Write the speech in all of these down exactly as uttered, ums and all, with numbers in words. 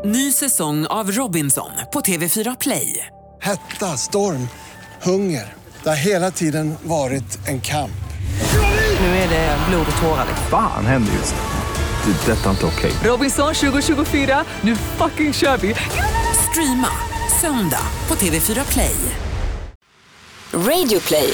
Ny säsong av Robinson på T V fyra Play. Hetta, storm, hunger. Det har hela tiden varit en kamp. Nu är det blod och tårar. Fan händer just det. Det är detta inte okej. Robinson tjugo tjugofyra, nu fucking kör vi. Streama söndag på T V fyra Play. Radio Play.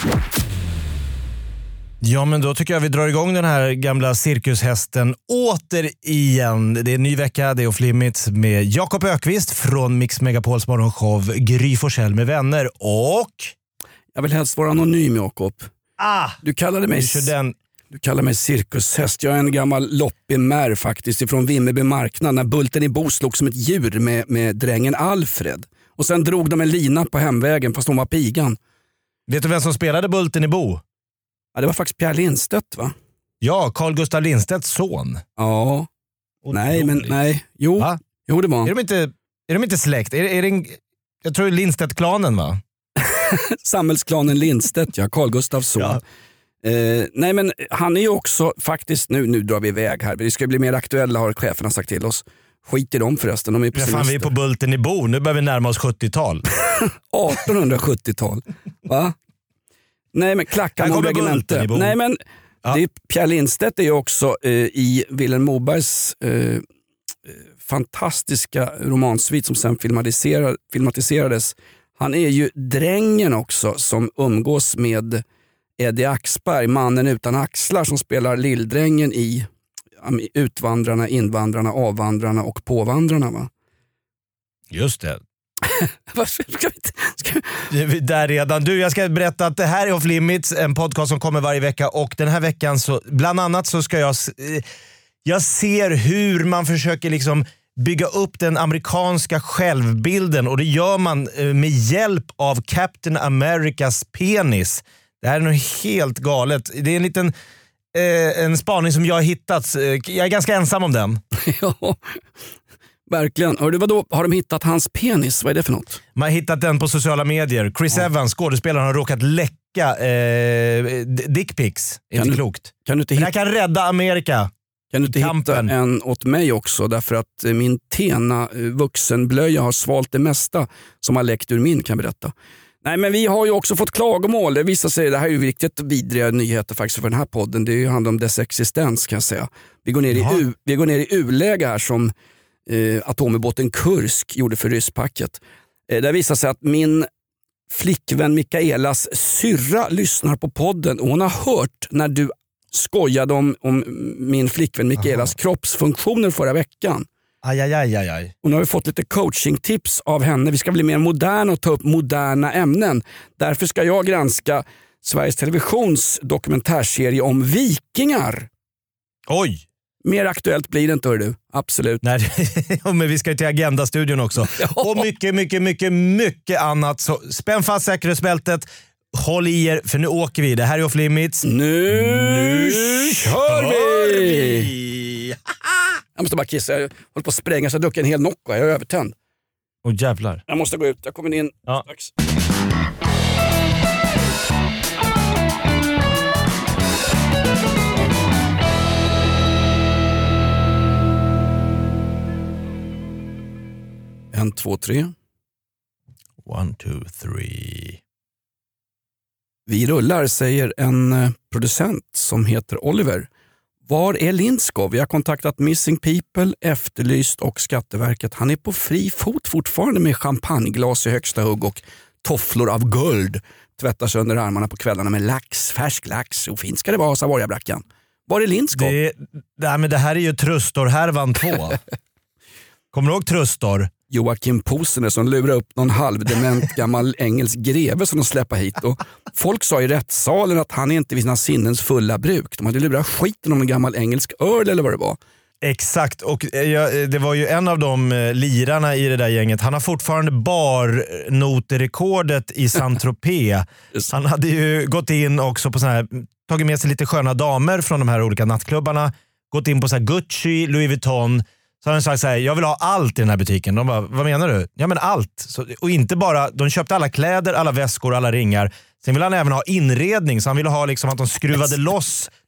Ja, men då tycker jag vi drar igång den här gamla cirkushästen återigen. Det är en ny vecka, det är Off Limits med Jakob Ökvist från Mix Megapols morgonshow Gry Forssell med vänner och... Jag vill helst vara anonym, Jakob. Ah! Du kallade mig... Den... Du kallar mig cirkushäst. Jag är en gammal loppimär faktiskt ifrån Vimmerby marknad när Bulten i Bo slog som ett djur med, med drängen Alfred. Och sen drog de en lina på hemvägen fast hon var pigan. Vet du vem som spelade Bulten i Bo? Ja, det var faktiskt Pierre Lindstedt, va? Ja, Carl Gustaf Lindstedts son. Ja. Och nej, men nej. Jo, va? jo det var. Är de inte, är de inte släkt? Är, är det en, jag tror det är Lindstedt-klanen, va? Samhällsklanen Lindstedt, ja. Carl Gustafs son. Ja. Eh, nej, men han är ju också faktiskt, nu, nu drar vi iväg här. Vi ska bli mer aktuella, har cheferna sagt till oss. Skit i dem förresten, de är på fan, vi är på Bulten i Bo, nu börjar vi närma oss sjuttiotal. artonhundrasjuttiotal, va? Nej, men klacka mot regemente. Nej, men ja. Det är, Pierre Lindstedt är ju också eh, i Vilhelm Mobergs eh, fantastiska romansvit som sen filmatiserar, filmatiserades. Han är ju drängen också som umgås med Eddie Axberg, mannen utan axlar som spelar lilldrängen i Utvandrarna, Invandrarna, Avvandrarna och Påvandrarna, va? Just det. ska vi, ska vi... Där redan. Du, jag ska berätta att det här är Off Limits, en podcast som kommer varje vecka, och den här veckan så, bland annat så ska jag jag ser hur man försöker liksom bygga upp den amerikanska självbilden, och det gör man med hjälp av Captain Americas penis. Det här är nog helt galet. Det är en liten eh, en spaning som jag har hittat. Jag är ganska ensam om den. Ja, verkligen. Hör du, vadå? Har de hittat hans penis? Vad är det för något? Man har hittat den på sociala medier. Chris ja. Evans, skådespelaren, har råkat läcka eh, dickpics. Inte du, klokt. Kan du inte hitta... Men jag kan rädda Amerika. Kan du inte Kampen. hitta en åt mig också? Därför att min tena vuxenblöja har svalt det mesta som har läckt ur min, kan jag berätta. Nej, men vi har ju också fått klagomål. Det visar sig, det här är ju riktigt vidriga nyheter faktiskt för den här podden. Det är ju handlar om dess existens, kan jag säga. Vi går ner i, u, vi går ner i u-läge här som eh, atomubåten Kursk gjorde för rysspacket. Eh, där visar sig att min flickvän Mikaelas syrra lyssnar på podden, och hon har hört när du skojade om, om min flickvän Mikaelas Aha. kroppsfunktioner förra veckan. Aj, aj, aj, aj, aj. Och nu har vi fått lite coachingtips av henne. Vi ska bli mer moderna och ta upp moderna ämnen. Därför ska jag granska Sveriges Televisions dokumentärserie om vikingar. Oj! Mer aktuellt blir det inte, hör du. Absolut. Nej, men vi ska ju till Agenda-studion också. Ja. Och mycket, mycket, mycket, mycket annat. Så spänn fast säkerhetsbältet. Håll i er, för nu åker vi. Det här är Off Limits. Nu, nu kör vi! vi. Jag måste bara kissa. Jag håller på att spränga så jag druckit en hel Nocco. Jag är övertänd. Åh, jävlar. Jag måste gå ut. Jag kommer in ja. strax. En, två, tre. One, two, three. Vi rullar, säger en producent som heter Oliver. Var är Lindskov? Vi har kontaktat Missing People, Efterlyst och Skatteverket. Han är på fri fot fortfarande med champagneglas i högsta hugg och tofflor av guld. Tvättar sig under armarna på kvällarna med lax, färsk lax. Och fint ska det vara, Savoyabrackan. Var är Lindskov? Det, nej, men det här är ju Trustor-härvan två. Kommer du ihåg Trustor? Joakim Posener som lurar upp någon halvdement gammal engelsk greve som de släpper hit. Och folk sa i rättssalen att han är inte vid sina sinnens fulla bruk. De hade lurat skiten om en gammal engelsk öl eller vad det var. Exakt, och det var ju en av de lirarna i det där gänget. Han har fortfarande barnoterekordet i Saint-Tropez. Han hade ju gått in också på sån här, tagit med sig lite sköna damer från de här olika nattklubbarna. Gått in på så här Gucci, Louis Vuitton. Så har de sagt så här, jag vill ha allt i den här butiken. De bara, vad menar du? Ja, men allt. Så, och inte bara, de köpte alla kläder, alla väskor, alla ringar. Sen ville han även ha inredning, så han ville ha liksom att de skruvade loss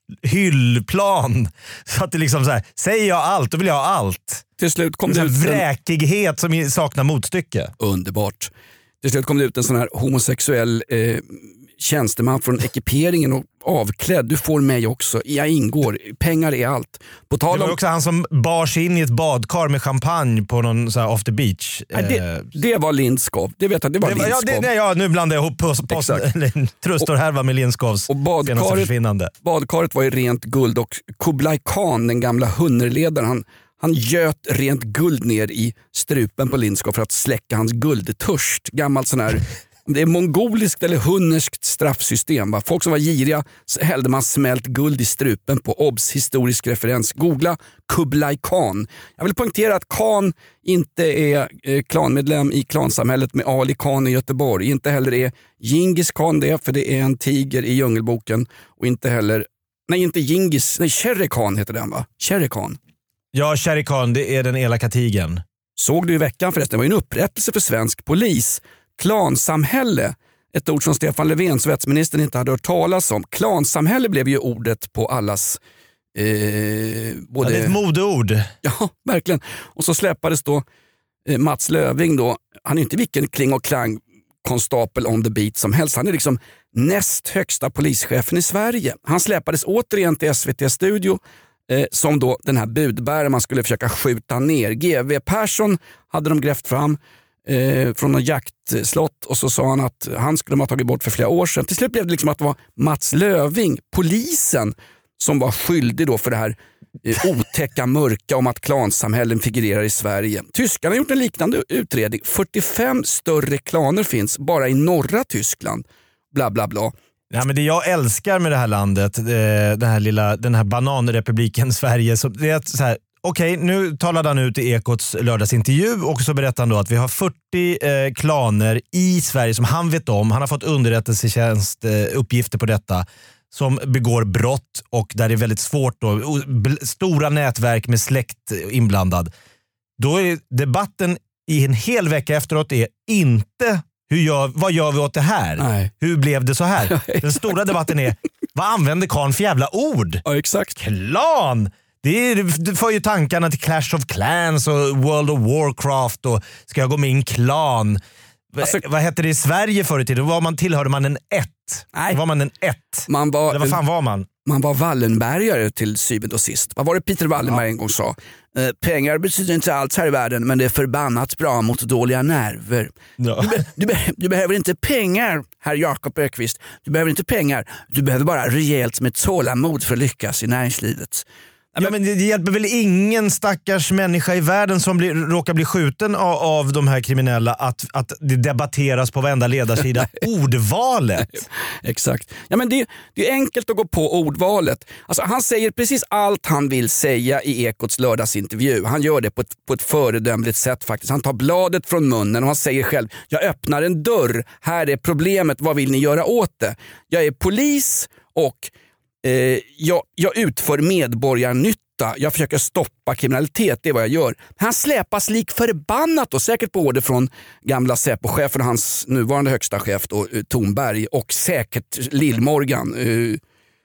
hyllplan. Så att det liksom så här, säger jag allt, då vill jag ha allt. Till slut kom det en ut en vräkighet som saknar motstycke. Underbart. Till slut kom det ut en sån här homosexuell eh, tjänsteman från ekiperingen och avklädd. Du får mig också. Jag ingår. Pengar är allt. På tal om... Det var också han som bars in i ett badkar med champagne på någon så här off the beach. Nej, det, det var Lindskov. Det vet jag, det var, det var Lindskov. Ja, det, nej, ja, nu blandar jag ihop på, på, trustorhärva med Lindskovs och badkaret, försvinnande. Badkaret var i rent guld och Kublai Khan, den gamla hunnerledaren, han, han göt rent guld ner i strupen på Lindskov för att släcka hans guldtörst. Gammalt sån här... Det är mongoliskt eller hunnerskt straffsystem. Va? Folk som var giriga hällde man smält guld i strupen på. Obs, historisk referens. Googla Kublai Khan. Jag vill poängtera att Khan inte är eh, klanmedlem i klansamhället med Ali Khan i Göteborg. Inte heller är Genghis Khan det, för det är en tiger i Djungelboken. Och inte heller, nej inte Genghis, nej Shere Khan heter den va? Shere Khan. Ja, Shere Khan, det är den elaka tigern. Såg du i veckan förresten, det var ju en upprättelse för svensk polis. Klansamhälle, ett ord som Stefan Löfven, svetsministern, inte hade hört talas om. Klansamhälle blev ju ordet på allas... Eh, både... Ja, det är ett modeord. Ja, verkligen. Och så släppades då eh, Mats Löfving då. Han är inte vilken kling och klang konstapel on the beat som helst. Han är liksom näst högsta polischefen i Sverige. Han släppades återigen till S V T-studio eh, som då den här budbäraren man skulle försöka skjuta ner. G W Persson hade de grävt fram Eh, från någon jaktslott och så sa han att han skulle ha tagit bort för flera år sedan. Till slut blev det liksom att det var Mats Löfving, polisen, som var skyldig då för det här eh, otäcka mörka om att klansamhällen figurerar i Sverige. Tyskarna har gjort en liknande utredning. fyrtiofem större klaner finns bara i norra Tyskland. Bla bla bla. Ja, men det jag älskar med det här landet, eh, den här lilla, den här bananrepubliken Sverige, så det är att så här, okej, nu talade han ut i Ekots lördagsintervju och så berättade han då att vi har fyrtio eh, klaner i Sverige som han vet om. Han har fått underrättelsetjänst eh, uppgifter på detta som begår brott och där det är väldigt svårt då, b- stora nätverk med släkt inblandad. Då är debatten i en hel vecka efteråt är inte hur gör, vad gör vi åt det här? Nej. Hur blev det så här? Den stora debatten är, vad använder Karl för jävla ord? Ja, exakt. Klan! Det, är, det får ju tankarna till Clash of Clans och World of Warcraft och ska jag gå med i en klan? Alltså, vad hette det i Sverige förr i tiden? Var man, tillhörde man en ett? Nej. Var man en ett? Man var, Eller vad fan var man? Man var Wallenbergare till syvende och sist. Vad var det Peter Wallenberg ja. en gång sa? Eh, pengar betyder inte allt här i världen, men det är förbannat bra mot dåliga nerver. Ja. Du, be, du, be, du behöver inte pengar, herr Jakob Ökvist. Du behöver inte pengar. Du behöver bara rejält med tålamod för att lyckas i näringslivet. Ja, men det hjälper väl ingen stackars människa i världen som blir, råkar bli skjuten av, av de här kriminella att, att det debatteras på varenda ledarsida. Ordvalet. Exakt. Ja, men det, det är enkelt att gå på ordvalet. Alltså, han säger precis allt han vill säga i Ekots lördagsintervju. Han gör det på ett, på ett föredömligt sätt faktiskt. Han tar bladet från munnen och han säger själv: jag öppnar en dörr. Här är problemet. Vad vill ni göra åt det? Jag är polis och Eh, jag, jag utför medborgarnytta. Jag försöker stoppa kriminalitet, det är vad jag gör. Han släpas lik förbannat och säkert på order från gamla Säpo-chefen och hans nuvarande högsta chef då, eh, Thornberg och säkert Lill-Morgan. Eh,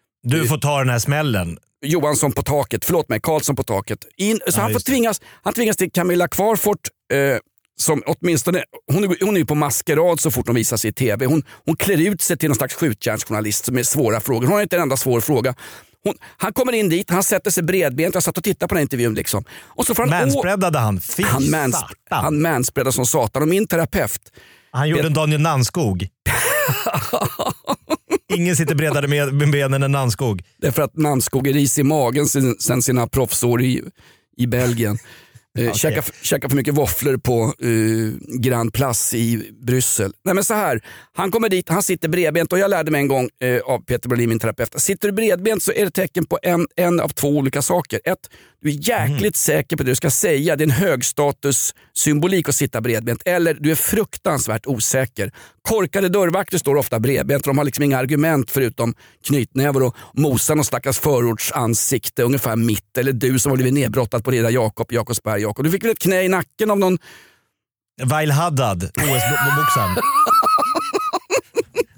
du får ta den här smällen. Johansson på taket, förlåt mig, Karlsson på taket. In, så ja, han, får tvingas, han tvingas till Camilla Kvarfort eh, som åtminstone, hon är, hon är ju på maskerad så fort hon visar sig i tv. Hon, hon klär ut sig till någon slags skjutjärnsjournalist med svåra frågor. Hon har inte en enda svår fråga. Hon, han kommer in dit, han sätter sig bredbent. Jag satt och tittade på den intervjun liksom. Och så får han manspreadade han. Fy han, mans, han manspreadade som satan. Och min terapeut. Han gjorde vet, en Daniel Nannskog. Ingen sitter bredare med, med benen än Nannskog. Det är för att Nannskog är ris i magen sen, sen sina proffsår i, i Belgien. Okay. Käka, käka för mycket våfflor på uh, Grand Place i Bryssel. Nej men så här, han kommer dit, han sitter bredbent och jag lärde mig en gång uh, av Peter Brolin, min terapeut. Sitter du bredbent så är det tecken på en, en av två olika saker. Ett, du är jäkligt mm. säker på det du ska säga. Det är en högstatus symbolik att sitta bredbent. Eller du är fruktansvärt osäker. Korkade dörrvakter står ofta bredbent. De har liksom inga argument förutom knytnävar och mosan och stackars förortsansikte ungefär mitt. Eller du som har blivit nedbrottad på Reda Jakob, Jakobsberg Jakob. Du fick väl ett knä i nacken av någon... Vail Haddad, O S-boxaren.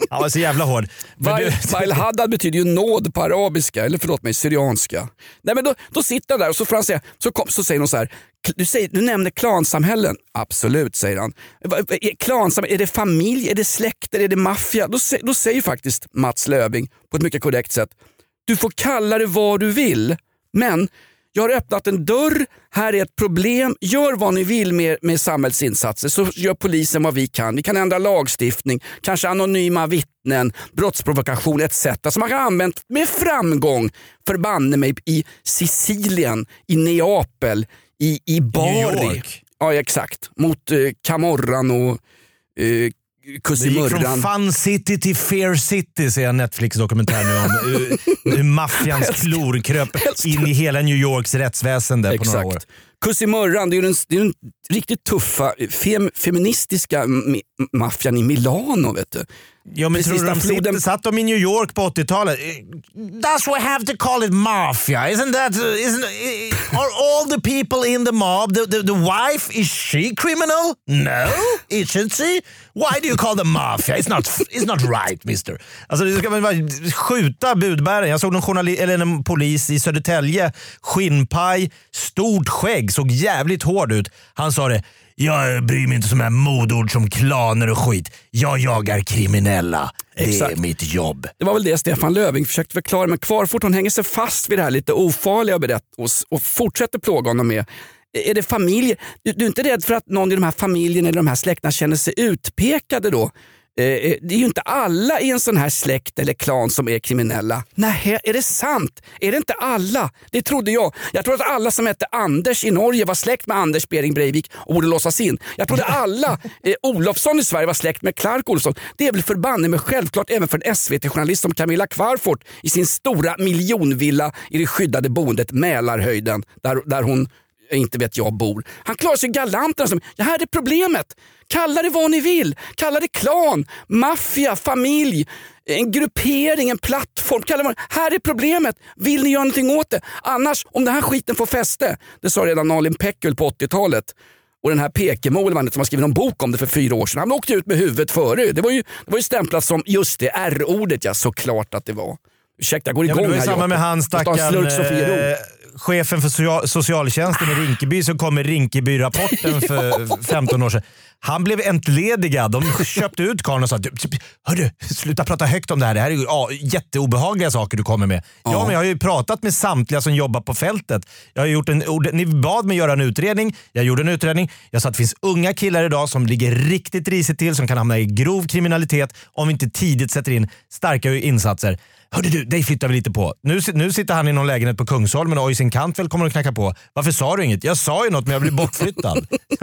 Han var så jävla hård. Bail Haddad betyder ju nåd på arabiska, eller förlåt mig, syrianska. Nej, men då, då sitter han där och så får han säga, så, kom, så säger de så här, du, säger, du nämner klansamhällen. Absolut, säger han. Klansamhällen, är det familj, är det släkter, är det maffia? Då, då säger faktiskt Mats Löfving på ett mycket korrekt sätt, du får kalla det vad du vill, men jag har öppnat en dörr, här är ett problem, gör vad ni vill med, med samhällsinsatser, så gör polisen vad vi kan. Vi kan ändra lagstiftning, kanske anonyma vittnen, brottsprovokation et cetera som man har använt med framgång, förbanne mig, i Sicilien, i Neapel, i, i Bari. New York. Ja, exakt. Mot eh, Camorran och eh, Det gick från Fun City till Fear City, ser jag en Netflix-dokumentär nu om hur, hur maffians klor kröp in i hela New Yorks rättsväsende på några år. Kusimurran, det är ju den, det är den riktigt tuffa fem, feministiska mi, maffian i Milano, vet du. Ja, men precis, tror du de floden... sitter, satt de i New York på åttiotalet? That's we have to call it mafia. Isn't that, isn't, are all the people in the mob, the, the, the wife, is she criminal? No, isn't she? Why do you call them mafia? It's not, it's not right, mister. Alltså, det ska man bara skjuta budbäraren. Jag såg någon, journalist, eller en polis i Södertälje, skinnpaj, stort skägg, såg jävligt hård ut. Han sa det, jag bryr mig inte som här modord som klaner och skit. Jag jagar kriminella. Det Exakt. är mitt jobb. Det var väl det Stefan Löfving försökte förklara, men Kvarfort, hon hänger sig fast vid det här lite ofarliga och, berätt, och, och fortsätter plåga honom med. Är det familjer? Du, du är inte rädd för att någon i de här familjerna eller de här släkterna känner sig utpekade då? Eh, det är ju inte alla i en sån här släkt eller klan som är kriminella. Nej, är det sant? Är det inte alla? Det trodde jag. Jag trodde att alla som hette Anders i Norge var släkt med Anders Bering Breivik och borde låsas in. Jag trodde alla eh, Olofsson i Sverige var släkt med Clark Olofsson. Det är väl förbanne med självklart även för en S V T-journalist som Camilla Kvarfort i sin stora miljonvilla i det skyddade boendet Mälarhöjden, där, där hon inte vet jag bor. Han klarar sig galant som, ja, här är problemet. Kalla det vad ni vill. Kalla det klan, maffia, familj, en gruppering, en plattform. Kalla det, här är problemet. Vill ni göra någonting åt det? Annars, om den här skiten får fäste, det sa redan Nalin Pekul på åttiotalet. Och den här Pekemo som har skrivit en bok om det för fyra år sedan. Han åkte ut med huvudet före. Det var ju, det var ju stämplat som just det R-ordet, ja, såklart att det var. Ursäkta, jag går igång ja, det var här. Samma med han stackaren, eh, chefen för social, socialtjänsten i Rinkeby som kom med Rinkeby-rapporten för femton år sedan. Han blev entledigad. De köpte ut karln och sa, hörru, sluta prata högt om det här. Det här är ja, jätteobehagliga saker du kommer med. Ja. ja, men jag har ju pratat med samtliga som jobbar på fältet. Jag har gjort en, ni bad mig göra en utredning. Jag gjorde en utredning. Jag sa att det finns unga killar idag som ligger riktigt risigt till, som kan hamna i grov kriminalitet om vi inte tidigt sätter in starka insatser. Hörde du, dig flyttar vi lite på. Nu, nu sitter han i någon lägenhet på Kungsholmen och Oisin Cantwell kommer att knacka på. Varför sa du inget? Jag sa ju något, men jag blev bortflyttad.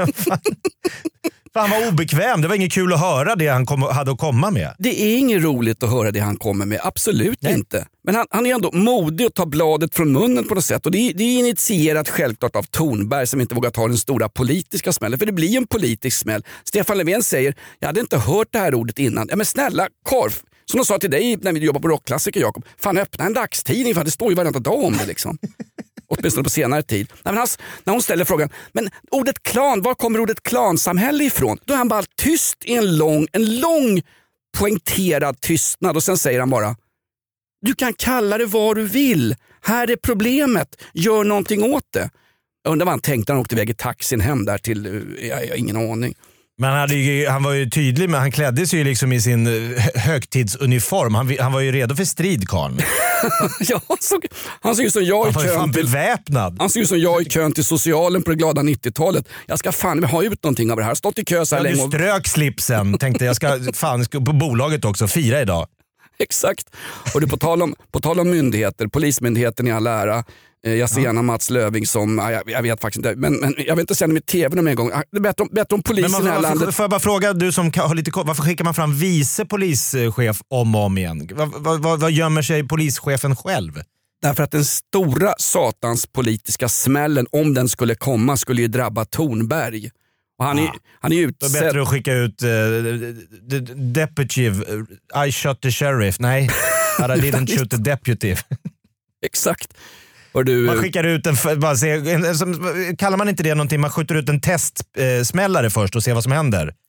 Fan vad obekväm. Det var inget kul att höra det han kom, hade att komma med. Det är inget roligt att höra det han kommer med. Absolut Nej. inte. Men han, han är ändå modig att ta bladet från munnen på något sätt. Och det är, det är initierat självklart av Thornberg som inte vågar ta den stora politiska smällen. För det blir en politisk smäll. Stefan Löfven säger, jag hade inte hört det här ordet innan. Ja men snälla, Korf. Som de sa till dig när vi jobbar på Rockklassiker, Jakob. Fan, öppna en dagstidning, för det står ju varenda dag om det liksom. Åtminstone på senare tid. Nej, men hans, när hon ställer frågan, men ordet klan, var kommer ordet klansamhälle ifrån? Då är han bara tyst i en lång, en lång poängterad tystnad och sen säger han bara, du kan kalla det vad du vill. Här är problemet. Gör någonting åt det. Jag undrar vad han tänkte när han åkte iväg i taxin hem där till, jag, jag har ingen aning. Men han, hade ju, han var ju tydlig, men han klädde sig ju liksom i sin högtidsuniform. Han, han var ju redo för strid, karln. Ja, han såg, han såg ju som jag i han kön till, beväpnad. Han såg ju som jag i kön till socialen på det glada nittiotalet. Jag ska fan ha ut någonting av det här. Stått i kö så här ja, länge. Du strök slipsen. Tänkte jag ska fan ska på bolaget också fira idag. Exakt. Och du, på tal om, på tal om myndigheter, polismyndigheten i all ära. Jag ser gärna Mats Löfving som, jag, jag vet faktiskt inte, men, men jag vill inte säga det med tv någon en gång. Det är bättre om, bättre om polisen man, i det här landet. Får jag bara fråga, du som har lite koll, varför skickar man fram vice polischef om och om igen? Vad, vad, vad, vad gömmer sig polischefen själv? Därför att den stora satans politiska smällen, om den skulle komma, skulle ju drabba Thornberg. Och han, ja. är, han är utsedd. Det är bättre att skicka ut uh, the deputy, uh, I shot the sheriff. Nej, I didn't shoot the deputy. Exakt. Du, man skickar ut en, bara se, en, en, kallar man inte det någonting, man skjuter ut en testsmällare först och ser vad som händer.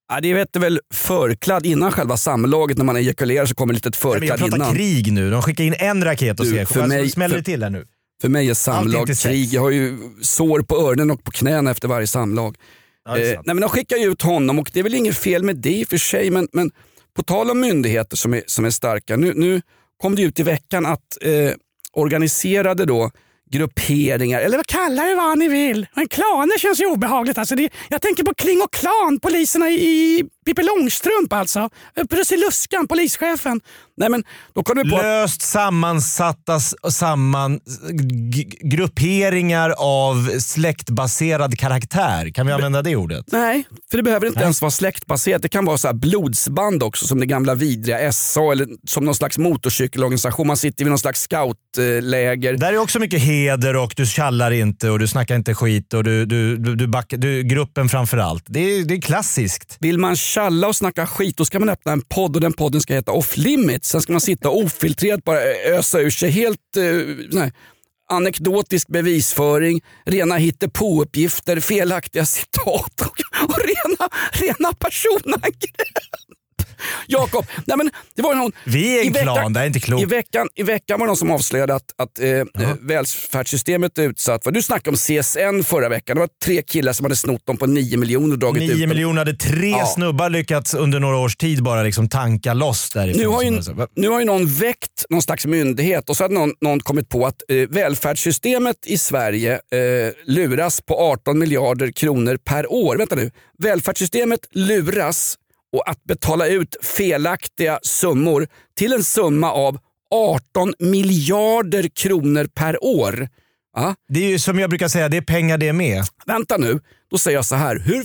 Ja, det vet väl förkladd innan själva samlaget. När man ejakulerar så kommer lite förkladd innan. Jag pratar innan. Krig nu. De skickar in en raket och du, ser. För mig, smäller för, det till här nu. För mig är samlag krig. Jag har ju sår på öronen och på knäna efter varje samlag. Ja, eh, nej, men de skickar ju ut honom och det är väl inget fel med det i och för sig. Men, men på tal om myndigheter som är, som är starka. Nu, nu kom det ut i veckan att eh, organiserade då grupperingar, eller vad kallar det vad ni vill. Men klaner känns ju obehagligt. Alltså det, jag tänker på Kling och Klan, poliserna i, i Pippi Långstrump alltså. Prussiluskan, polischefen. Nej, men då kom det på löst sammansatta samman g- grupperingar av släktbaserad karaktär. Kan vi använda det ordet? Nej, för det behöver inte Nej. ens vara släktbaserat. Det kan vara så här blodsband också, som det gamla vidriga S A eller som någon slags motorcykelorganisation. Man sitter vid någon slags scoutläger. Där är också mycket heder och du kallar inte och du snackar inte skit och du, du, du, du backar, du, gruppen framför allt. Det är, det är klassiskt. Vill man tjalla och snacka skit, då ska man öppna en podd och den podden ska heta Off Limits. Sen ska man sitta ofiltrerat bara ösa ur sig helt eh, nej, anekdotisk bevisföring, rena hittepåuppgifter, felaktiga citat och, och rena, rena personangrepp. Jakob, nej men det var någon, Vi är en i veckan, klan, det är inte klokt. I veckan, I veckan var det någon som avslöjade att, att eh, välfärdssystemet är utsatt. För du snackade om C S N förra veckan. Det var tre killar som hade snott dem på nio miljoner och dragit ut nio dem. miljoner hade tre Ja. snubbar lyckats under några års tid bara liksom tanka loss därifrån. Nu har, ju, alltså. nu har ju någon väckt någon slags myndighet och så har någon, någon kommit på att eh, välfärdssystemet i Sverige eh, luras på arton miljarder kronor per år. Vänta nu, välfärdssystemet luras och att betala ut felaktiga summor till en summa av arton miljarder kronor per år. Ja. Det är ju som jag brukar säga, det är pengar det med. Vänta nu, då säger jag så här. Hur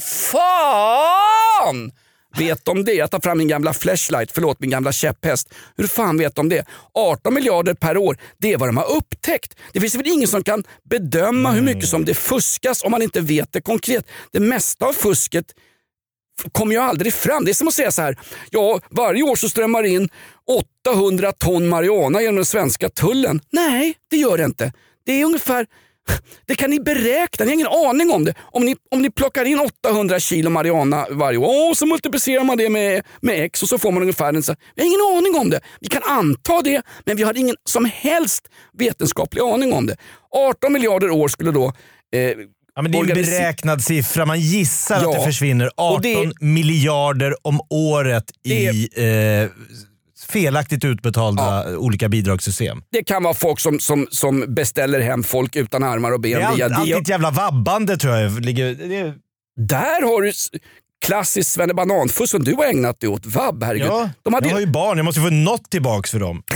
fan vet de det? Jag tar fram min gamla flashlight, förlåt min gamla käpphäst. Hur fan vet de det? arton miljarder per år, det är vad de har upptäckt. Det finns väl ingen som kan bedöma mm. hur mycket som det fuskas om man inte vet det konkret. Det mesta av fusket kommer ju aldrig fram. Det är som att säga så här. Ja, varje år så strömmar in åttahundra ton marijuana genom den svenska tullen. Nej, det gör det inte. Det är ungefär, det kan ni beräkna, ni har ingen aning om det. Om ni, om ni plockar in åttahundra kilo marijuana varje år, åh, så multiplicerar man det med, med X och så får man ungefär en så. Vi har ingen aning om det. Vi kan anta det, men vi har ingen som helst vetenskaplig aning om det. arton miljarder år skulle då eh, Ja, men det är en organiser- beräknad siffra. Man gissar Ja, att det försvinner arton det- miljarder om året Det- i eh, felaktigt utbetalda ja. olika bidragssystem. Det kan vara folk som, som, som beställer hem folk utan armar och ben. Det är allt, via alltid ett jävla vabbande tror jag. Ligger, det är... Där har du klassiskt svennebananfuss som du har ägnat dig åt. Vabb, herregud. Ja, De hade jag har ju barn. Jag måste få något tillbaks för dem.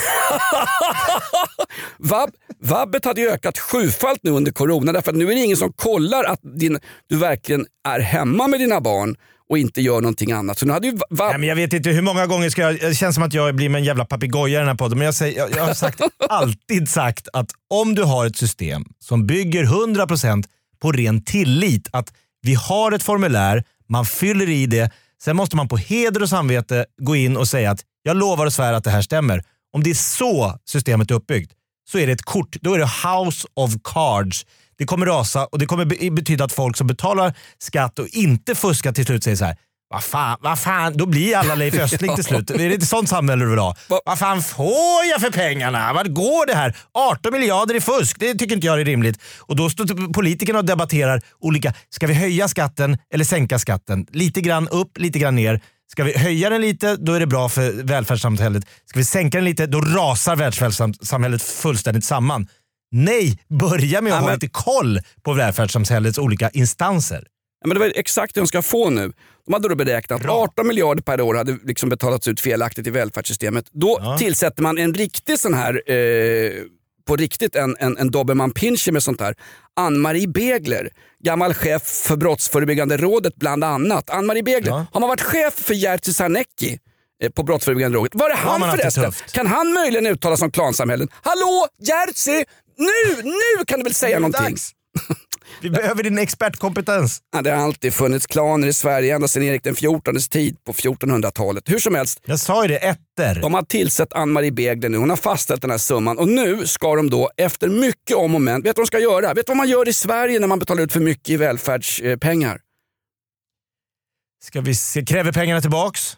Vab, vabbet hade ju ökat sjufalt nu under corona, därför att nu är det ingen som kollar att din, du verkligen är hemma med dina barn och inte gör någonting annat. Så nu hade ju vab... Nej, men jag vet inte hur många gånger ska jag... Det känns som att jag blir med en jävla papegoja i den här podden. Men jag, säger, jag, jag har sagt, alltid sagt att om du har ett system som bygger hundra procent på ren tillit, att vi har ett formulär, man fyller i det, sen måste man på heder och samvete gå in och säga att jag lovar och svär att det här stämmer. Om det är så systemet är uppbyggt så är det ett kort, då är det house of cards. Det kommer rasa och det kommer betyda att folk som betalar skatt och inte fuskar till slut säger så här: vad fan, vad fan, då blir alla Leif Östling till slut. Det är inte sånt samhälle du vill ha. Vad fan får jag för pengarna? Vad går det här? arton miljarder i fusk, det tycker inte jag är rimligt. Och då står politikerna och debatterar olika, ska vi höja skatten eller sänka skatten? Lite grann upp, lite grann ner. Ska vi höja den lite, då är det bra för välfärdssamhället. Ska vi sänka den lite, då rasar välfärdssamhället fullständigt samman. Nej, börja med att ja, ha men... lite koll på välfärdssamhällets olika instanser. Ja, men det var exakt det de ska få nu. De hade då beräknat att arton miljarder per år hade liksom betalats ut felaktigt i välfärdssystemet. Då ja. tillsätter man en riktig sån här, eh, på riktigt en, en, en Dobermann Pinscher med sånt här. Ann-Marie Begler, gammal chef för Brottsförebyggande rådet bland annat. Ann-Marie Begler, ja. har man varit chef för Jerzy Sarnecki eh, på Brottsförebyggande rådet? Var är han ja, förresten? Kan han möjligen uttala som klansamhällen? Hallå, Jerzy! Nu, nu kan du väl säga någonting? Vi behöver din expertkompetens. Ja, det har alltid funnits klaner i Sverige ända sedan Erik den fjortondes tid på fjortonhundratalet. Hur som helst. Jag sa ju det, etter. De har tillsett Ann-Marie Begler nu. Hon har fastställt den här summan. Och nu ska de då, efter mycket om och men, vet du vad de ska göra? Vet du vad man gör i Sverige när man betalar ut för mycket i välfärdspengar? Ska vi se, kräver pengarna tillbaks?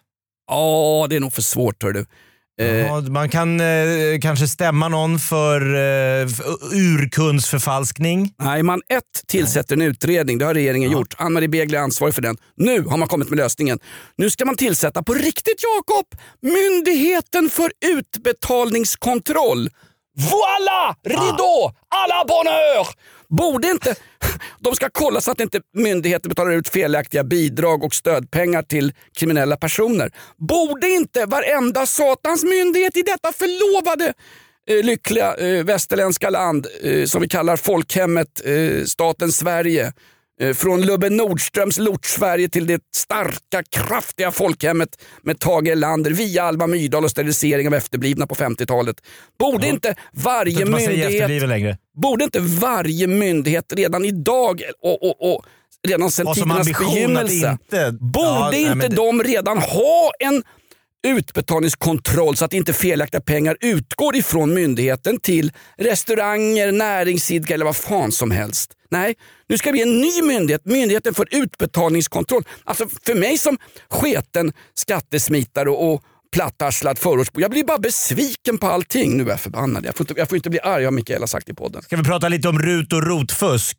Ja, det är nog för svårt, hör du. Eh, ja, man kan eh, kanske stämma någon för eh, urkundsförfalskning. Nej, man ett tillsätter en utredning, det har regeringen ja. gjort. Ann-Marie Begler är ansvarig för den. Nu har man kommit med lösningen. Nu ska man tillsätta på riktigt, Jakob, Myndigheten för utbetalningskontroll. Voilà! Rideau! À la bonne heure! Borde inte... De ska kolla så att inte myndigheter betalar ut felaktiga bidrag och stödpengar till kriminella personer. Borde inte varenda satans myndighet i detta förlovade eh, lyckliga eh, västerländska land eh, som vi kallar folkhemmet, eh, staten Sverige, eh, från Lubbe Nordströms Lort-Sverige till det starka, kraftiga folkhemmet med Tage Erlander via Alva Myrdal och sterilisering av efterblivna på femtiotalet. Borde ja. inte varje inte myndighet... Borde inte varje myndighet redan idag och, och, och redan sedan tidernas begynnelse inte, borde ja, inte nej, det... de redan ha en utbetalningskontroll så att inte felaktiga pengar utgår ifrån myndigheten till restauranger, näringsidkare eller vad fan som helst. Nej, nu ska vi en ny myndighet, Myndigheten för utbetalningskontroll. Alltså för mig som sketen skattesmitare och, och plattarslad förortsbo. Jag blir bara besviken på allting. Nu är jag förbannad. Jag får inte, jag får inte bli arg, har Mikaela sagt i podden. Ska vi prata lite om rut och rotfusk?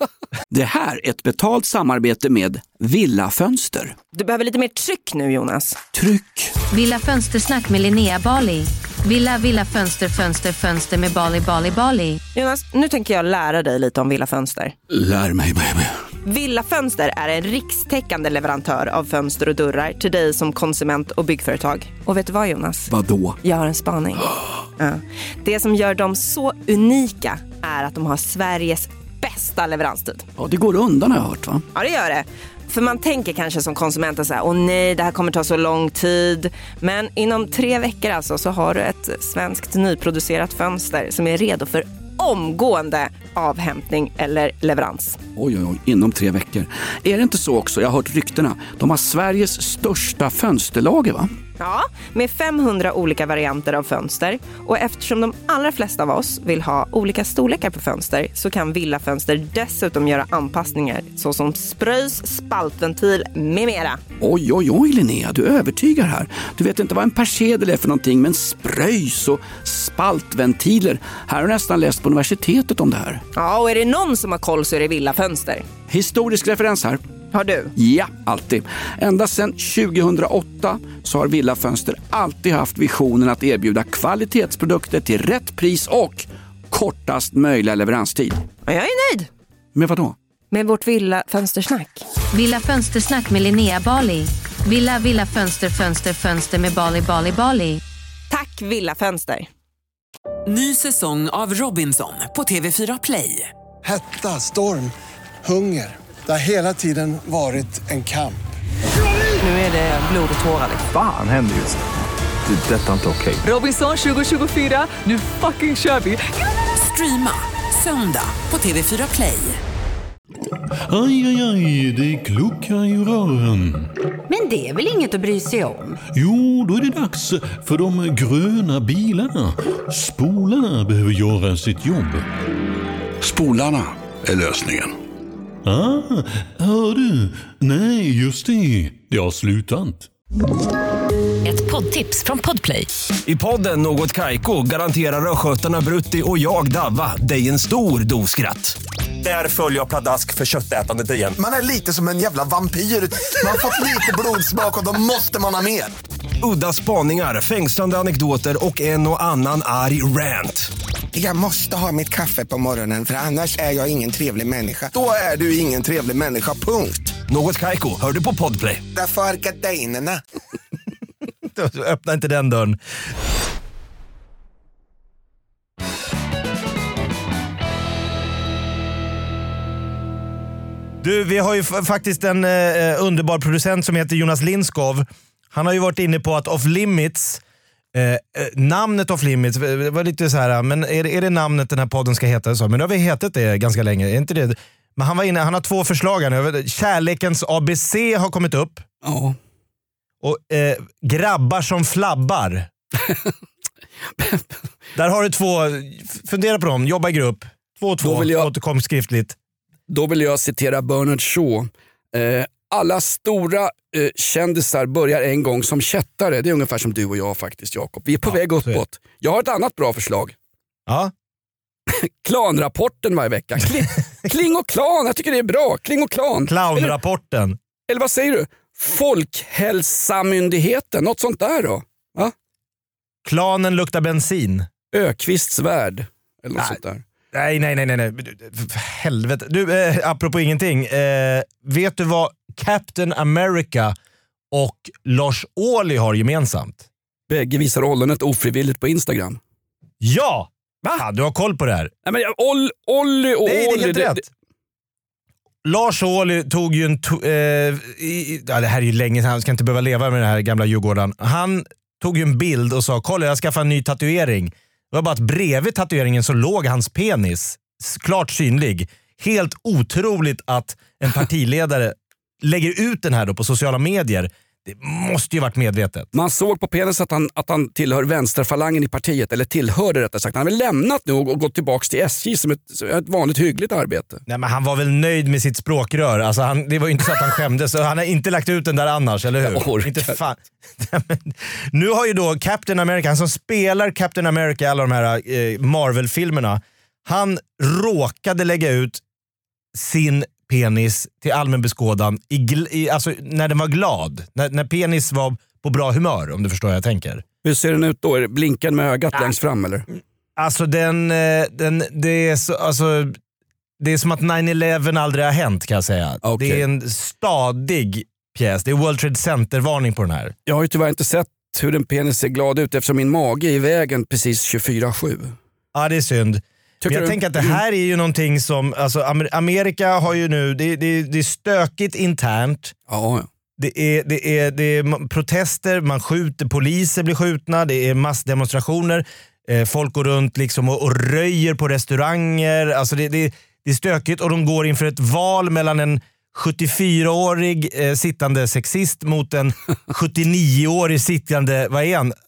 Det här är ett betalt samarbete med Villa Fönster. Du behöver lite mer tryck nu, Jonas. Tryck. Villa Fönstersnack med Linnea Bali. Villa, Villa Fönster, Fönster, Fönster med Bali, Bali, Bali. Jonas, nu tänker jag lära dig lite om Villa Fönster. Lär mig, baby. Villa Fönster är en rikstäckande leverantör av fönster och dörrar till dig som konsument och byggföretag. Och vet du vad, Jonas? Vadå? Jag har en spaning. Ja. Det som gör dem så unika är att de har Sveriges bästa leveranstid. Ja, det går undan har jag hört, va? Ja, det gör det. För man tänker kanske som konsument så här, åh nej, det här kommer ta så lång tid. Men inom tre veckor alltså så har du ett svenskt nyproducerat fönster som är redo för omgående avhämtning eller leverans. Oj, oj, oj, inom tre veckor. Är det inte så också? Jag har hört ryktena. De har Sveriges största fönsterlager, va? Ja, med femhundra olika varianter av fönster. Och eftersom de allra flesta av oss vill ha olika storlekar på fönster så kan Villa Fönster dessutom göra anpassningar såsom spröjs, spaltventil med mera. Oj, oj, oj, Linnea, du övertygar här. Du vet inte vad en persedel är för någonting, men spröjs och spaltventiler. Här har jag nästan läst på universitetet om det här. Ja, och är det någon som har koll så är det Villa Fönster. Historisk referens här. Har du? Ja, alltid. Ända sedan tjugohundraåtta så har Villa Fönster alltid haft visionen att erbjuda kvalitetsprodukter till rätt pris och kortast möjliga leveranstid. Jag är nöjd. Med vad då? Med vårt Villa Fönstersnack. Villa Fönstersnack med Linnea Bali. Villa, Villa Fönster, Fönster, Fönster med Bali, Bali, Bali. Tack Villa Fönster. Ny säsong av Robinson på T V fyra Play. Hetta, storm, hunger. Det har hela tiden varit en kamp. Nu är det blod och tårar. Fan händer just det. Det är detta inte okej. Robinson tjugo tjugofyra, nu fucking kör vi. Streama söndag på T V fyra Play. Aj, aj, aj, det kluckar i rören. Men det är väl inget att bry sig om? Jo, då är det dags för de gröna bilarna. Spolarna behöver göra sitt jobb. Spolarna är lösningen. Ah, hör du? Nej, just det. Det har slutat. Ett poddtips från Podplay. I podden Något Kaiko garanterar röskötarna Brutti och jag Davva dig en stor doskratt. Där följer jag pladask för köttätandet igen. Man är lite som en jävla vampyr. Man har fått lite blodsmak och då måste man ha mer. Udda spaningar, fängslande anekdoter och en och annan arg rant. Jag måste ha mitt kaffe på morgonen för annars är jag ingen trevlig människa. Då är du ingen trevlig människa, punkt. Något Kaiko, hör du på Podplay. Därför är gardinerna. Öppna inte den dörren. Du, vi har ju f- faktiskt en eh, underbar producent som heter Jonas Lindskov. Han har ju varit inne på att Off Limits, eh, namnet Off Limits, det var lite så här, men är det, är det namnet den här podden ska heta? Så? Men då har vi hetat det ganska länge, är inte det? Men han var inne, han har två förslag här nu. Kärlekens A B C har kommit upp. Ja. Och eh, grabbar som flabbar. Där har du två, fundera på dem, jobba i grupp. Två och två, jag... återkom skriftligt. Då vill jag citera Bernard Shaw. Eh, alla stora eh, kändisar börjar en gång som kättare. Det är ungefär som du och jag faktiskt, Jakob. Vi är på ja, väg uppåt. Jag har ett annat bra förslag. Ja. Klanrapporten varje vecka. Kling, kling och klan, jag tycker det är bra. Kling och klan. Clownrapporten. Eller, eller vad säger du? Folkhälsamyndigheten, något sånt där då? Va? Klanen luktar bensin. Ökvists värld. Eller något nej. sånt där. Nej, nej, nej, nej, nej. Helvete. Du, eh, apropå ingenting. Eh, vet du vad Captain America och Lars Ohly har gemensamt? Bägge visar ollonet ofrivilligt på Instagram. Ja! Va? Ja, du har koll på det här. Nej, men Oll, Olly och Nej, Ohly. det är helt det, rätt. Det... Lars Ohly tog ju en... To- eh, i, ja, det här är ju länge sedan, han ska inte behöva leva med den här gamla Djurgården. Han tog ju en bild och sa, kolla jag skaffade en ny tatuering. Det var bara att bredvid tatueringen så låg hans penis klart synlig. Helt otroligt att en partiledare lägger ut den här då på sociala medier. Det måste ju varit medvetet. Man såg på penis att han, att han tillhör vänsterfalangen i partiet, eller tillhörde rättare sagt. Han har väl lämnat nu och gått tillbaka till S J som ett, ett vanligt hyggligt arbete. Nej, men han var väl nöjd med sitt språkrör. Alltså han, det var ju inte så att han skämdes. Han har inte lagt ut den där annars, eller hur? Inte fan. Nu har ju då Captain America, han som spelar Captain America i alla de här eh, Marvel-filmerna, han råkade lägga ut sin penis till allmän beskådan i, i, alltså när den var glad. När, när penis var på bra humör, om du förstår vad jag tänker. Hur ser den ut då? Är det blinken med ögat ja. längst fram eller? Alltså den, den det, är så, alltså det är som att nine eleven aldrig har hänt, kan jag säga. Okay. Det är en stadig pjäs. Det är World Trade Center-varning på den här. Jag har ju tyvärr inte sett hur en penis ser glad ut eftersom min mage är i vägen precis tjugofyra sju. Ja, det är synd. Men jag du? tänker att det här är ju någonting som, alltså Amerika har ju nu, det, det, det är stökigt internt. Ja. Det är, det, är, det är protester, man skjuter, poliser blir skjutna, det är massdemonstrationer, eh, folk går runt liksom och, och röjer på restauranger. Alltså det, det, det är stökigt och de går inför ett val mellan en sjuttiofyraårig eh, sittande sexist mot en sjuttionioårig sittande, vad är han?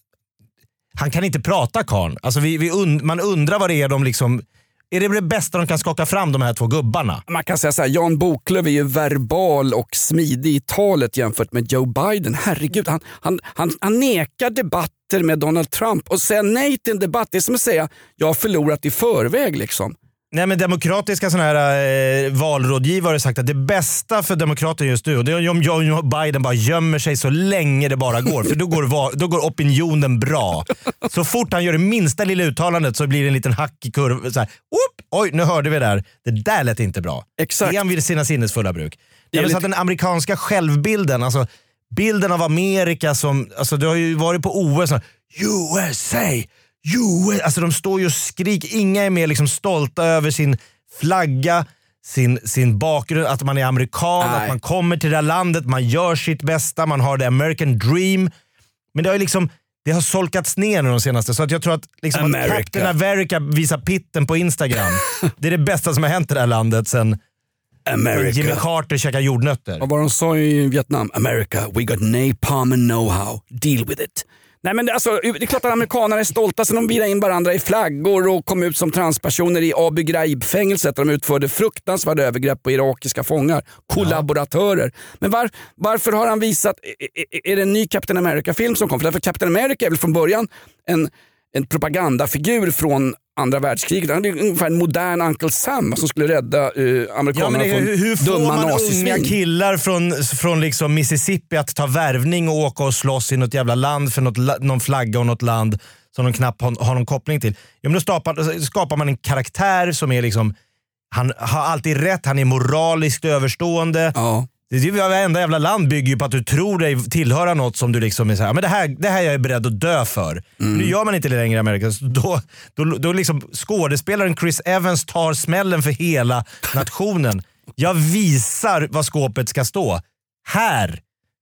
Han kan inte prata, karn. Alltså vi, vi und- man undrar vad det är de liksom... Är det det bästa de kan skaka fram, de här två gubbarna? Man kan säga så här, Jan Boklöv är ju verbal och smidig i talet jämfört med Joe Biden. Herregud, han, han, han, han nekar debatter med Donald Trump och säger nej till en debatt. Det är som att säga, jag har förlorat i förväg liksom. Nej, men demokratiska såna här eh, valrådgivare har sagt att det bästa för demokrater just nu, och det är om Joe Biden bara gömmer sig så länge det bara går, för då går, då går opinionen bra. Så fort han gör det minsta lilla uttalandet så blir det en liten hack i kurvan. Så här, oj, nu hörde vi där. Det där lät inte bra. Exakt. Det är han vid sina sinnesfulla bruk. Det är så att den amerikanska självbilden, alltså bilden av Amerika som, alltså det har ju varit på O S, U S A, U S A, alltså de står ju och skriker, inga är mer liksom stolta över sin flagga, sin, sin bakgrund, att man är amerikan, Nej. Att man kommer till det här landet, man gör sitt bästa, man har the American dream. Men det har ju liksom, det har solkats ner de senaste, så att jag tror att, liksom att Captain America visar pitten på Instagram. Det är det bästa som har hänt i det här landet sen America. Jimmy Carter käkar jordnötter. Och vad de sa i Vietnam, America, we got napalm and know-how, deal with it. Nej, men det, alltså, det är klart att amerikanerna är stolta så de virar in varandra i flaggor och kom ut som transpersoner i Abu Ghraib-fängelset där de utförde fruktansvärda övergrepp på irakiska fångar, kollaboratörer. Ja. Men var, varför har han visat, är, är det en ny Captain America-film som kom? För Captain America är väl från början en, en propagandafigur från andra världskriget. Han är ungefär en modern Uncle Sam som skulle rädda uh, amerikanerna ja, från hur, hur dumma nazisvin. Hur får man unga killar från, från liksom Mississippi att ta värvning och åka och slåss i något jävla land för något, någon flagga och något land som de knappt har, har någon koppling till? Ja, men då skapar, skapar man en karaktär som är liksom, han har alltid rätt, han är moraliskt överstående. Ja. Det är ju varenda jävla land bygger ju på att du tror dig tillhöra något som du liksom är så här, men det här, det här jag är beredd att dö för. Mm. Nu gör man inte det längre i Amerika. Så då, då, då liksom skådespelaren Chris Evans tar smällen för hela nationen. Jag visar vad skåpet ska stå. Här.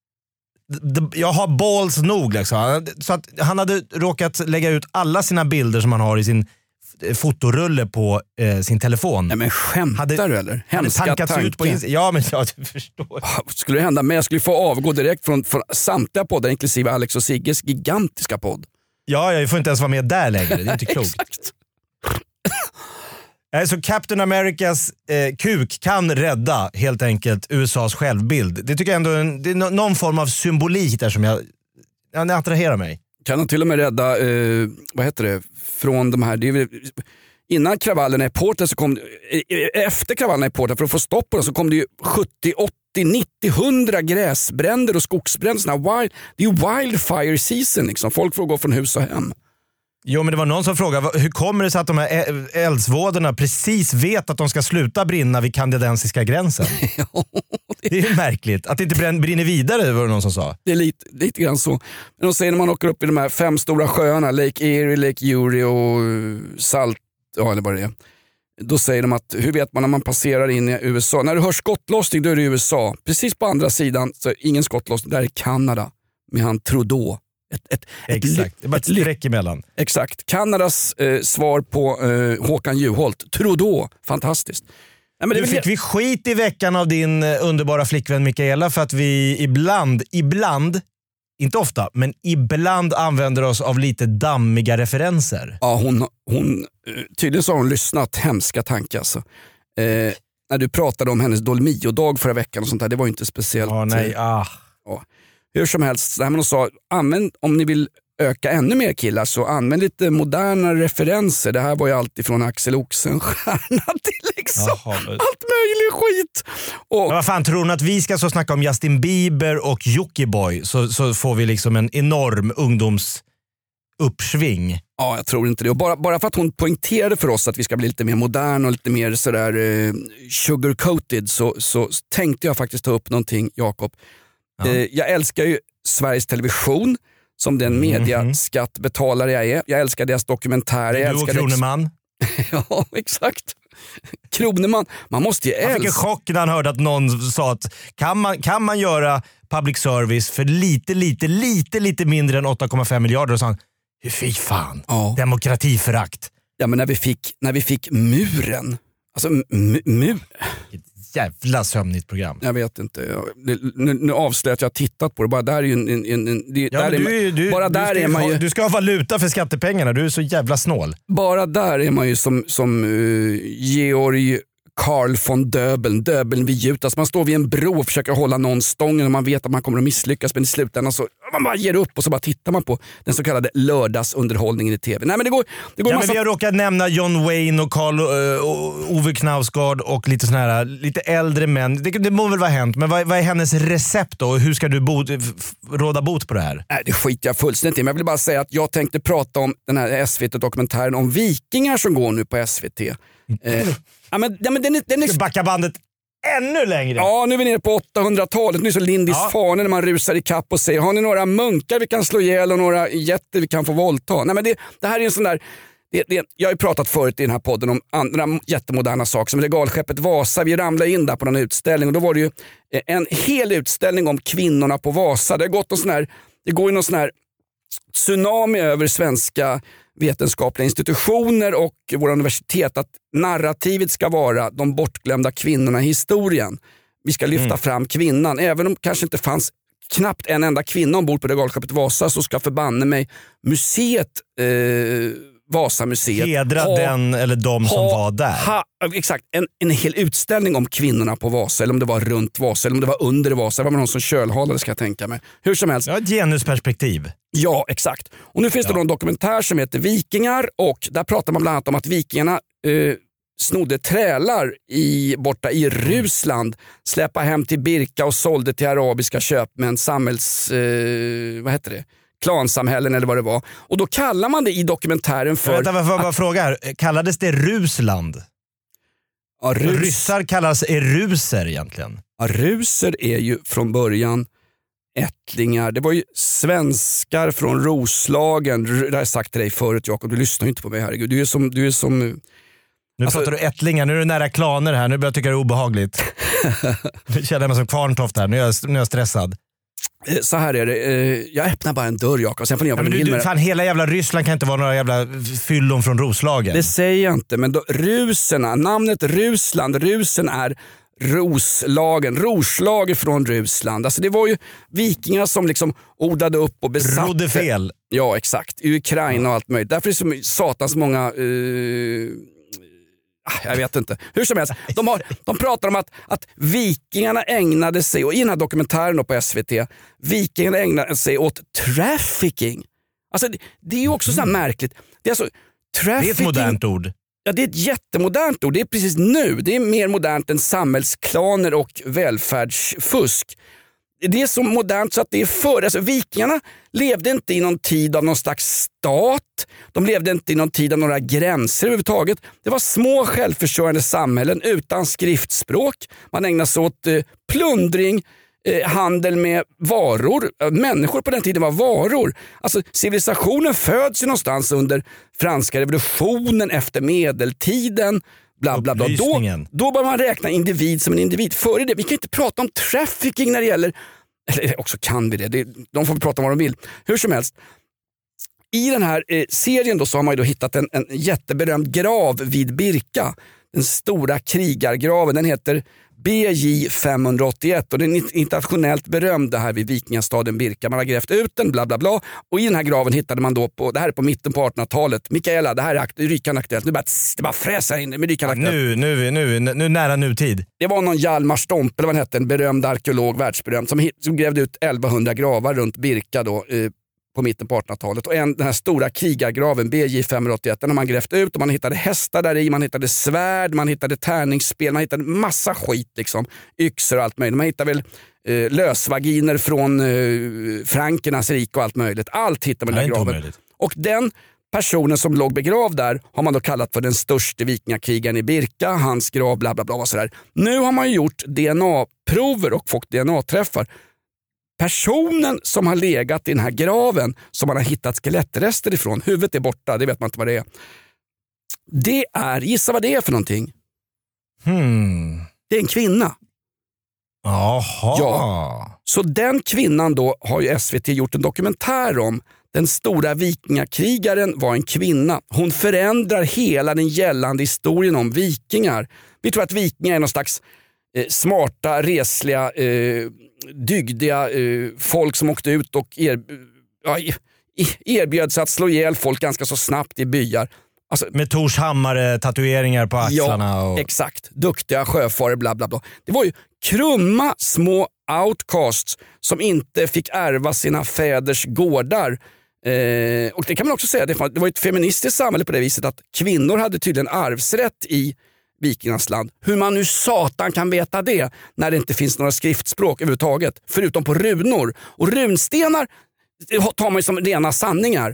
Jag har balls nog liksom. Så att han hade råkat lägga ut alla sina bilder som han har i sin fotorulle på eh, sin telefon. Nej, men skämtar hade, du eller? Hemska tankar. Ut på ins- ja, men ja, du förstår. Skulle det hända? Men jag skulle få avgå direkt från, från samtliga poddar, inklusive Alex och Sigges gigantiska podd. Ja, jag får inte ens vara med där längre. Det är inte klokt. Exakt. Alltså Captain Americas eh, kuk kan rädda helt enkelt U S A:s självbild. Det tycker jag ändå en, det är no, någon form av symbolik där som jag, jag attraherar mig. Kan han till och med rädda, eh, vad heter det, från de här, det är väl, innan kravallerna i Porta så kom, efter kravallerna i Porta för att få stopp på det så kom det ju sjuttio, åttio, nittio, hundra gräsbränder och skogsbränder. Wild, det är ju wildfire season liksom, folk får gå från hus och hem. Jo, men det var någon som frågade, hur kommer det sig att de här eldsvådorna precis vet att de ska sluta brinna vid kanadensiska gränsen? Det är ju märkligt. Att det inte brinner vidare, var det någon som sa. Det är lite, lite grann så. Men de säger när man åker upp i de här fem stora sjöarna, Lake Erie, Lake Erie och Salt, ja eller vad det är. Då säger de att, hur vet man när man passerar in i U S A? När du hör skottlossning, då är det U S A. Precis på andra sidan, så är ingen skottlossning, där är Kanada med han Trudeau. Ett, ett, exakt, ett, det är bara ett streck emellan. Exakt, Kanadas eh, svar på eh, Håkan Juholt. Trudeau, fantastiskt. Ja, men nu fick vi skit i veckan av din eh, underbara flickvän Mikaela för att vi ibland, ibland, inte ofta, men ibland använder oss av lite dammiga referenser. Ja, hon, hon tydligen så har hon lyssnat, hemska tankar alltså. Eh, när du pratade om hennes Dolmio-dag förra veckan och sånt där, det var ju inte speciellt. Ja, nej, ah. Ja. Hur som helst, nej, men hon sa, använd, om ni vill öka ännu mer killar så använd lite moderna referenser. Det här var ju allt ifrån Axel Oxenstierna till liksom Jaha, men... allt möjligt skit. Och... Men vad fan, tror hon att vi ska så snacka om Justin Bieber och Jockiboi så, så får vi liksom en enorm ungdomsuppsving? Ja, jag tror inte det. Och bara, bara för att hon poängterade för oss att vi ska bli lite mer moderna och lite mer sådär eh, sugar-coated så, så tänkte jag faktiskt ta upp någonting, Jakob. Ja. Eh, jag älskar ju Sveriges Television som den mediaskattbetalare jag är. Jag älskar deras dokumentärer. Jag du och Kroneman. Ja, exakt. Kroneman. Man måste ju älska. Jag fick en chock när han hörde att någon sa att kan man, kan man göra public service för lite, lite, lite, lite mindre än åtta komma fem miljarder? Och sa han, fy fan, ja. Demokratiförakt. Ja, men när vi fick, när vi fick muren. Alltså mur. Jävla sömnigt program. Jag vet inte. Jag, nu, nu avslöjar att jag har tittat på det. Bara där är ju en, en, en, det, ja, där du, är man, du, bara du, där du, är man ju, du ska ha valuta för skattepengarna. Du är så jävla snål. Bara där är man ju som, som uh, Georg Karl von Döbeln, Döbeln vid Jutas. Alltså man står vid en bro och försöker hålla någon stången och man vet att man kommer att misslyckas, men i slutändan så man bara ger upp och så bara tittar man på den så kallade lördagsunderhållningen i tv. Nej, men det går, det går ja, massa... men vi har råkat nämna John Wayne och Carl uh, Ove Knausgård och lite såna här lite äldre män. Det, det må väl vara hänt, men vad, vad är hennes recept då? Hur ska du bot, f- råda bot på det här? Nej, det skiter jag fullständigt i. Men jag vill bara säga att jag tänkte prata om den här S V T-dokumentären om vikingar som går nu på S V T. Eh, ja, men, ja, men den är, den är... Ska backa bandet ännu längre? Ja, nu är vi nere på åttahundratalet. Nu är så Lindis ja. Fane när man rusar i kapp och säger, har ni några munkar vi kan slå ihjäl och några jätter vi kan få våldta? Nej, men det, det här är en sån där... Det, det, jag har ju pratat förut i den här podden om andra jättemoderna saker som regalskeppet Vasa. Vi ramlade in där på någon utställning och då var det ju en hel utställning om kvinnorna på Vasa. Det har gått någon sån här, det går ju någon sån här tsunami över svenska vetenskapliga institutioner och våra universitet att narrativet ska vara de bortglömda kvinnorna i historien. Vi ska lyfta mm. fram kvinnan. Även om det kanske inte fanns knappt en enda kvinna ombord på regalskeppet Vasa så ska förbanne mig museet eh, Vasamuseet hedra ha, den eller de som ha, var där. Ha, exakt, en, en hel utställning om kvinnorna på Vasa, eller om det var runt Vasa eller om det var under Vasa. Det var någon som kölhalade, ska jag tänka mig. Hur som helst. Ja, ett genusperspektiv. Ja, exakt. Och nu finns ja. det en dokumentär som heter Vikingar och där pratar man bland annat om att vikingarna eh, snodde trälar i, borta i Ryssland, släppa hem till Birka och sålde till arabiska köpmän, samhälls... Eh, vad heter det? klansamhällen eller vad det var. Och då kallar man det i dokumentären för... Vänta, vad får jag fråga här? Kallades det Rusland? Ja, rus... Ryssar kallas eruser egentligen. Ja, ruser är ju från början ättlingar. Det var ju svenskar från Roslagen. Det har jag sagt till dig förut, Jakob. Du lyssnar ju inte på mig, herregud. Du är som... Du är som nu alltså... pratar du ättlingar, nu är du nära klaner här. Nu börjar jag tycka det är obehagligt. Nu känner jag mig som Kvarntoft här. Nu är jag, nu är jag stressad. Så här är det, jag öppnar bara en dörr, Jakob. Sen får ni ja, men du, du, fan, hela jävla Ryssland kan inte vara några jävla fyllon från Roslagen. Det säger jag inte, men då, ruserna, namnet Ryssland, rusen är Roslagen, Roslager från Ryssland. Alltså det var ju vikingar som liksom odlade upp och besatte. Rodde fel. Ja, exakt. I Ukraina och allt möjligt. Därför är det så satans många... Uh, Jag vet inte. Hur som helst, de, har, de pratar om att, att vikingarna ägnade sig, och i den här dokumentären då på S V T, vikingarna ägnade sig åt trafficking. Alltså det, det är ju också så här märkligt. Det är, alltså, trafficking, det är ett modernt ord. Ja, det är ett jättemodernt ord. Det är precis nu. Det är mer modernt än samhällsklaner och välfärdsfusk. Det är så modernt så att det är för. Alltså, vikingarna levde inte i någon tid av någon slags stat. De levde inte i någon tid av några gränser överhuvudtaget. Det var små självförsörjande samhällen utan skriftspråk. Man ägnade sig åt eh, plundring, eh, handel med varor. Människor på den tiden var varor. Alltså civilisationen föds ju någonstans under franska revolutionen, efter medeltiden. Bla, bla, bla. Då, då bör man räkna individ som en individ. Före det, vi kan inte prata om trafficking när det gäller, eller också kan vi det, det de får prata om vad de vill. Hur som helst, i den här eh, serien då så har man ju då hittat en, en jätteberömd grav vid Birka. Den stora krigargraven, den heter B J femhundraåttioett och den är internationellt berömd, det här vid vikingastaden Birka. Man har grävt ut den, bla bla bla. Och i den här graven hittade man då, på, det här är på mitten på artonhundratalet. Mikaela, det här är akt, rykande aktuellt. Nu bara, tss, det bara fräser in med rykande aktuellt. Nu, nu, nu, nu nära nutid. Det var någon Hjalmar Stomp, eller vad han hette, en berömd arkeolog, världsberömd, som, som grävde ut elvahundra gravar runt Birka då, eh, på mitten på artonhundratalet. Och en, den här stora krigargraven, B J femhundraåttioett, den har man grävt ut och man hittade hästar där i, man hittade svärd, man hittade tärningsspel, man hittade massa skit liksom. Yxor och allt möjligt. Man hittade väl eh, lösvaginer från eh, Frankernas rik och allt möjligt. Allt hittar man i den graven. Och den personen som låg begravd där har man då kallat för den största vikingakrigaren i Birka, hans grav, bla bla bla och sådär. Nu har man ju gjort D N A-prover och fått D N A-träffar. Personen som har legat i den här graven, som man har hittat skelettrester ifrån, huvudet är borta, det vet man inte vad det är. Det är, gissa vad det är för någonting? Hmm. Det är en kvinna. Jaha. Ja. Så den kvinnan då har ju S V T gjort en dokumentär om. Den stora vikingakrigaren var en kvinna. Hon förändrar hela den gällande historien om vikingar. Vi tror att vikingar är någon slags eh, smarta, resliga, eh, dygdiga eh, folk som åkte ut och er, ja, erbjöd sig att slå ihjäl folk ganska så snabbt i byar. Alltså, med Torshammare tatueringar på axlarna. Ja, och... exakt. Duktiga sjöfarare, bla bla bla. Det var ju krumma små outcasts som inte fick ärva sina fäders gårdar. Eh, och det kan man också säga, det var, det var ett feministiskt samhälle på det viset att kvinnor hade tydligen arvsrätt i vikingarnas land. Hur man nu satan kan veta det när det inte finns några skriftspråk överhuvudtaget, förutom på runor. Och runstenar tar man ju som rena sanningar.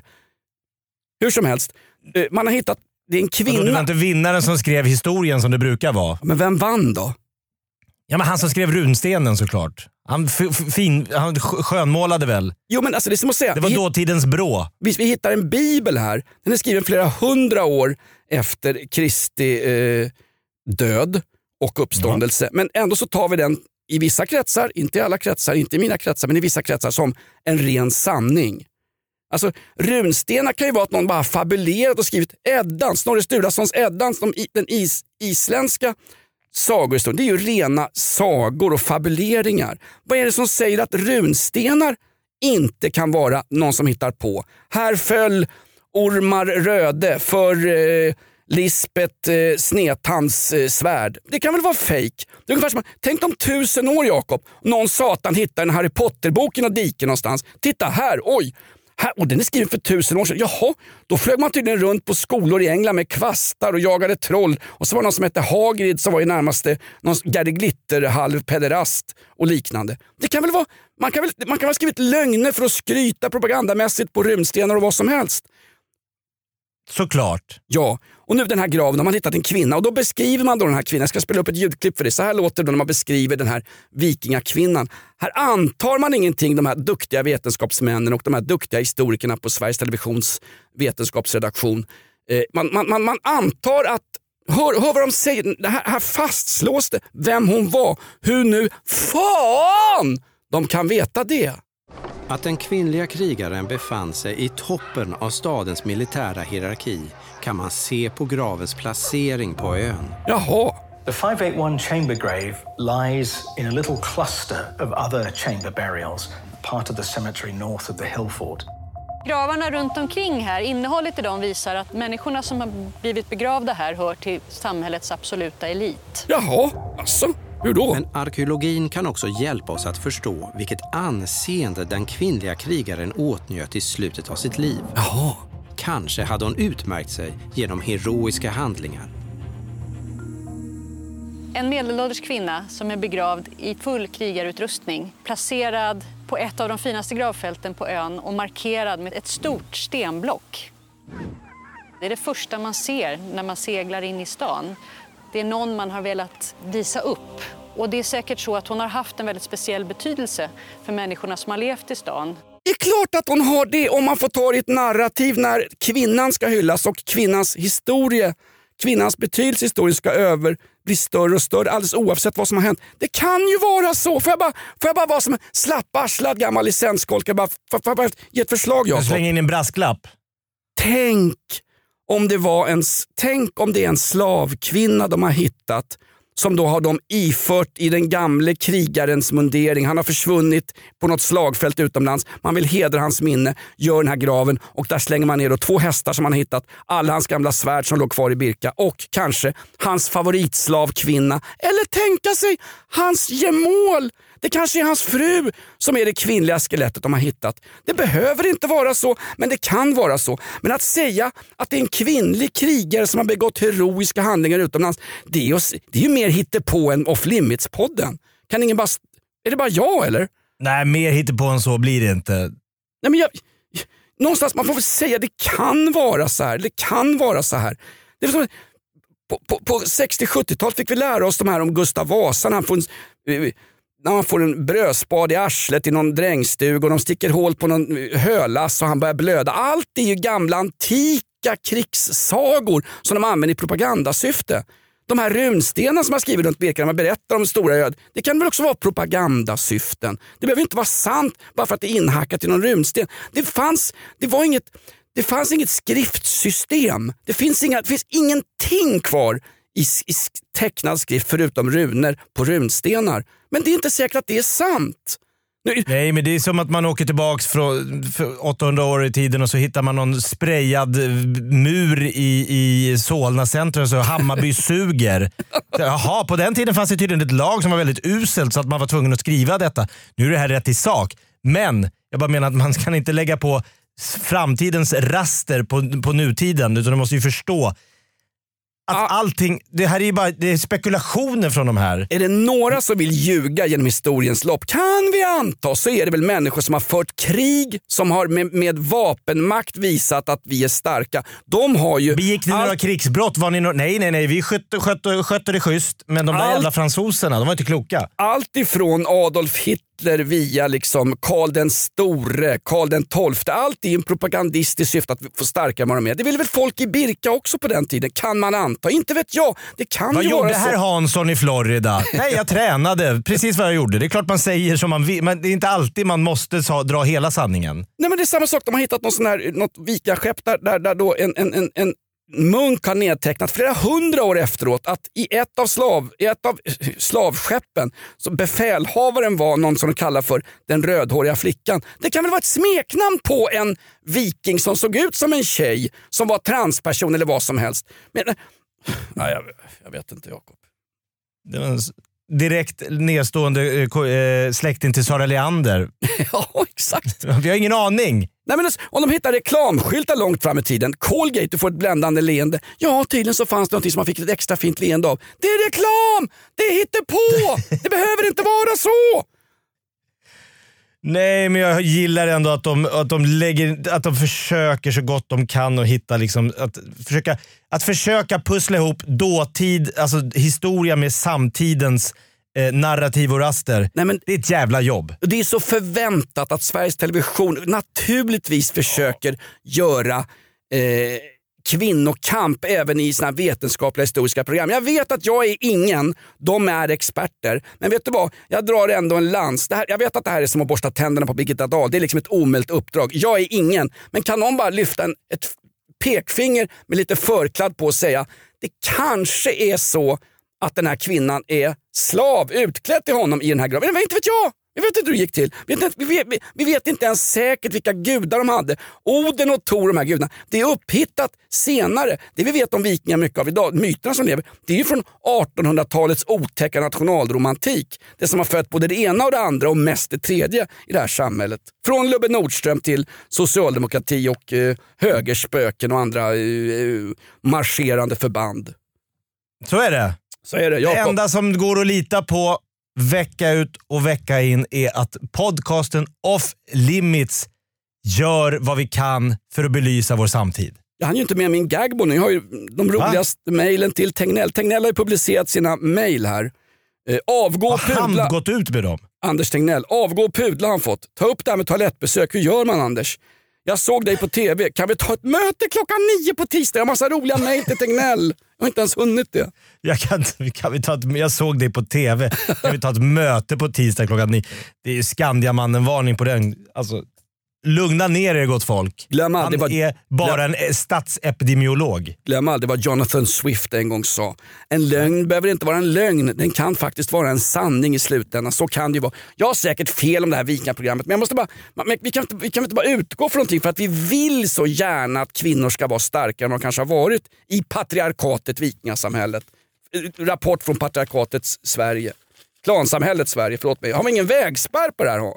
Hur som helst, man har hittat, det är en kvinna. Det var inte vinnaren som skrev historien som det brukar vara. Men vem vann då? Ja, men han som skrev runstenen såklart. Han, f- fin, han skönmålade väl? Jo, men alltså det är som att säga, det var vi, dåtidens brå. Vi, vi hittar en bibel här. Den är skriven flera hundra år efter Kristi eh, död och uppståndelse. Mm. Men ändå så tar vi den i vissa kretsar, inte i alla kretsar, inte i mina kretsar, men i vissa kretsar som en ren sanning. Alltså runstenar kan ju vara att någon bara fabulerat och skrivit Eddan, Snorre Sturlasons Eddan, som i, den is, isländska sagohistorien. Det är ju rena sagor och fabuleringar. Vad är det som säger att runstenar inte kan vara någon som hittar på? Här föll Ormar Röde för eh, Lisbeth eh, Snetans eh, svärd. Det kan väl vara fake. Det är ungefär som, tänk om tusen år, Jakob. Någon satan hittar en Harry Potter-bok i någon dike någonstans. Titta här, oj. Här, och den är skriven för tusen år sedan. Jaha, då flög man tydligen runt på skolor i England med kvastar och jagade troll. Och så var det någon som hette Hagrid som var i närmaste någon Gary Glitter, halv pederast och liknande. Det kan väl vara, man kan väl, man kan väl skrivit lögner för att skryta propagandamässigt på rymdstenar och vad som helst. Såklart. Ja, och nu den här graven har man hittat en kvinna och då beskriver man då den här kvinnan. Jag ska spela upp ett ljudklipp för det. Så här låter det när man beskriver den här vikingakvinnan. Här antar man ingenting, de här duktiga vetenskapsmännen och de här duktiga historikerna på Sveriges Televisions vetenskapsredaktion. Eh, man, man, man, man antar att, hör, hör vad de säger, det här, här fastslås det vem hon var. Hur nu fan de kan veta det. Att den kvinnliga krigaren befann sig i toppen av stadens militära hierarki kan man se på gravens placering på ön. Jaha. The five eighty-one chamber grave lies in a little cluster of other chamber burials, part of the cemetery north of the hill fort. Gravarna runt omkring här, innehållet i dem visar att människorna som har blivit begravda här hör till samhällets absoluta elit. Jaha, alltså, hur då? Men arkeologin kan också hjälpa oss att förstå vilket anseende den kvinnliga krigaren åtnjöt i slutet av sitt liv. Jaha. Kanske hade hon utmärkt sig genom heroiska handlingar. En medelålders kvinna som är begravd i full krigarutrustning, placerad på ett av de finaste gravfälten på ön och markerad med ett stort stenblock. Det är det första man ser när man seglar in i stan. Det är någon man har velat visa upp. Och det är säkert så att hon har haft en väldigt speciell betydelse för människorna som har levt i stan. Det är klart att hon har det om man får ta det i ett narrativ när kvinnan ska hyllas och kvinnans historia, kvinnans betydelse i historien ska över, bli större och större alldeles oavsett vad som har hänt. Det kan ju vara så. Får jag bara, får jag bara vara som en slapparslad gammal licensskolka? Bara, får jag bara ge ett förslag, jag slänger in en brasklapp. Tänk om det var en, tänk om det är en slavkvinna de har hittat som då har de ifört i den gamle krigarens mundering. Han har försvunnit på något slagfält utomlands. Man vill hedra hans minne, gör den här graven och där slänger man ner då två hästar som man har hittat, alla hans gamla svärd som låg kvar i Birka och kanske hans favoritslavkvinna. Eller tänka sig hans gemål. Det kanske är hans fru som är det kvinnliga skelettet de har hittat. Det behöver inte vara så, men det kan vara så. Men att säga att det är en kvinnlig krigare som har begått heroiska handlingar utomlands, det är ju, det är ju mer hittepå än Off Limits-podden. Kan ingen bara... Är det bara jag, eller? Nej, mer hittepå än så blir det inte. Nej, men jag... Någonstans, man får väl säga det kan vara så här. Det kan vara så här. Det är som... På, på, på sextio-sjuttiotalet fick vi lära oss de här om Gustav Vasa när han får en... När man får en brödspad i arslet i någon drängstug och de sticker hål på någon hölass och han börjar blöda. Allt är ju gamla antika krigssagor som de använder i propagandasyfte. De här runstenar som man skriver runt Birka när man berättar om stora öd, det kan väl också vara propagandasyften. Det behöver inte vara sant bara för att det är inhackat i någon runsten. Det fanns, det var inget, det fanns inget skriftsystem. Det finns, inga, det finns ingenting kvar I, i tecknad skrift förutom runor på runstenar. Men det är inte säkert att det är sant. Nu... Nej, men det är som att man åker tillbaks från åttahundra år i tiden och så hittar man någon sprayad mur i, i Solna centrum så Hammarby suger. Jaha, på den tiden fanns det tydligen ett lag som var väldigt uselt så att man var tvungen att skriva detta. Nu är det här rätt i sak. Men jag bara menar att man kan inte lägga på framtidens raster på, på nutiden, utan du måste ju förstå att ah. allting, det här är ju bara det är spekulationer från de här. Är det några som vill ljuga genom historiens lopp, kan vi anta, så är det väl människor som har fört krig, som har med, med vapenmakt visat att vi är starka. De har ju... Begick ni all... några krigsbrott? Var ni no... Nej, nej, nej, vi skötte, skötte, skötte det schysst, men de där all... jävla fransoserna, de var inte kloka. Allt ifrån Adolf Hitler via liksom Karl den store, Karl den tolfte, allt är en propagandistisk syfte att få starkare vad de är. Det ville väl folk i Birka också på den tiden, kan man anta. Inte vet jag, det kan vad ju vara så. Vad gjorde herr Hansson i Florida? Nej, jag tränade, precis vad jag gjorde. Det är klart man säger som man vill, men det är inte alltid man måste sa, dra hela sanningen. Nej, men det är samma sak, de har hittat någon sån här, något vikaskepp där, där, där då en, en, en, en munk har nedtecknat flera hundra år efteråt att i ett av, slav, i ett av slavskeppen så befälhavaren var någon som de kallar för den rödhåriga flickan. Det kan väl vara ett smeknamn på en viking som såg ut som en tjej, som var transperson eller vad som helst. Men, nej, jag, jag vet inte, Jakob. Det var en direkt nedstående äh, släkting till Sara Leander. Ja, exakt. Vi har ingen aning. Nej, men om de hittar reklamskyltar långt fram i tiden, Colgate, du får ett bländande leende. Ja, tydligen så fanns det något som man fick ett extra fint leende av. Det är reklam! Det är hittepå! Det behöver inte vara så! Nej, men jag gillar ändå att de, att de, lägger, att de försöker så gott de kan och hitta liksom, att försöka, att försöka pussla ihop dåtid, alltså historia med samtidens eh, narrativ och raster. Nej, men det är ett jävla jobb. Det är så förväntat att Sveriges Television naturligtvis försöker göra eh, kvinnokamp även i sina vetenskapliga historiska program. Jag vet att jag är ingen, de är experter. Men vet du vad, jag drar ändå en lans. Det här, jag vet att det här är som att borsta tänderna på Birgitta Dahl. Det är liksom ett omöjligt uppdrag. Jag är ingen, men kan någon bara lyfta en, ett pekfinger med lite förkladd på och säga det kanske är så att den här kvinnan är slav utklädd till honom i den här graven. Men inte vet jag! Vi vet inte hur det gick till. Vi vet, inte, vi, vet, vi, vi vet inte ens säkert vilka gudar de hade. Oden och Tor, de här gudarna. Det är upphittat senare. Det vi vet om vikingar mycket av idag, myterna som lever, det är ju från artonhundratalets otäcka nationalromantik. Det som har fött både det ena och det andra och mest det tredje i det här samhället. Från Lubbe Nordström till socialdemokrati och eh, högerspöken och andra eh, marscherande förband. Så är det. Så är det, det enda som går att lita på vecka ut och vecka in är att podcasten Off Limits gör vad vi kan för att belysa vår samtid. Jag hann ju inte med min gagbon. Jag har ju de roligaste mejlen till Tegnell. Tegnell har ju publicerat sina mejl här. Eh, avgå har pudla. han gått ut med dem? Anders Tegnell. Avgå pudla har han fått. Ta upp det här med toalettbesök. Hur gör man, Anders? Jag såg dig på tv. Kan vi ta ett möte klockan nio på tisdag? Jag har massa roliga mejl till Tegnell. Jag har inte ens hunnit det. Jag, kan, kan vi ta ett, jag såg dig på tv. Kan vi ta ett möte på tisdag klockan nio? Det är ju Skandiamannen-varning på den. Alltså, lugna ner er, gott folk. Glöm aldrig Han vad, är bara glöm, en statsepidemiolog. Glöm aldrig vad Jonathan Swift en gång sa. En lögn behöver inte vara en lögn. Den kan faktiskt vara en sanning i slutändan. Så kan det ju vara. Jag har säkert fel om det här Vikingaprogrammet, men jag måste bara, vi kan, inte, vi kan inte bara utgå från någonting för att vi vill så gärna att kvinnor ska vara starkare än de kanske har varit i patriarkatet, vikingasamhället. Rapport från patriarkatets Sverige. Klansamhället Sverige, förlåt mig. Har vi ingen vägspärr på det här?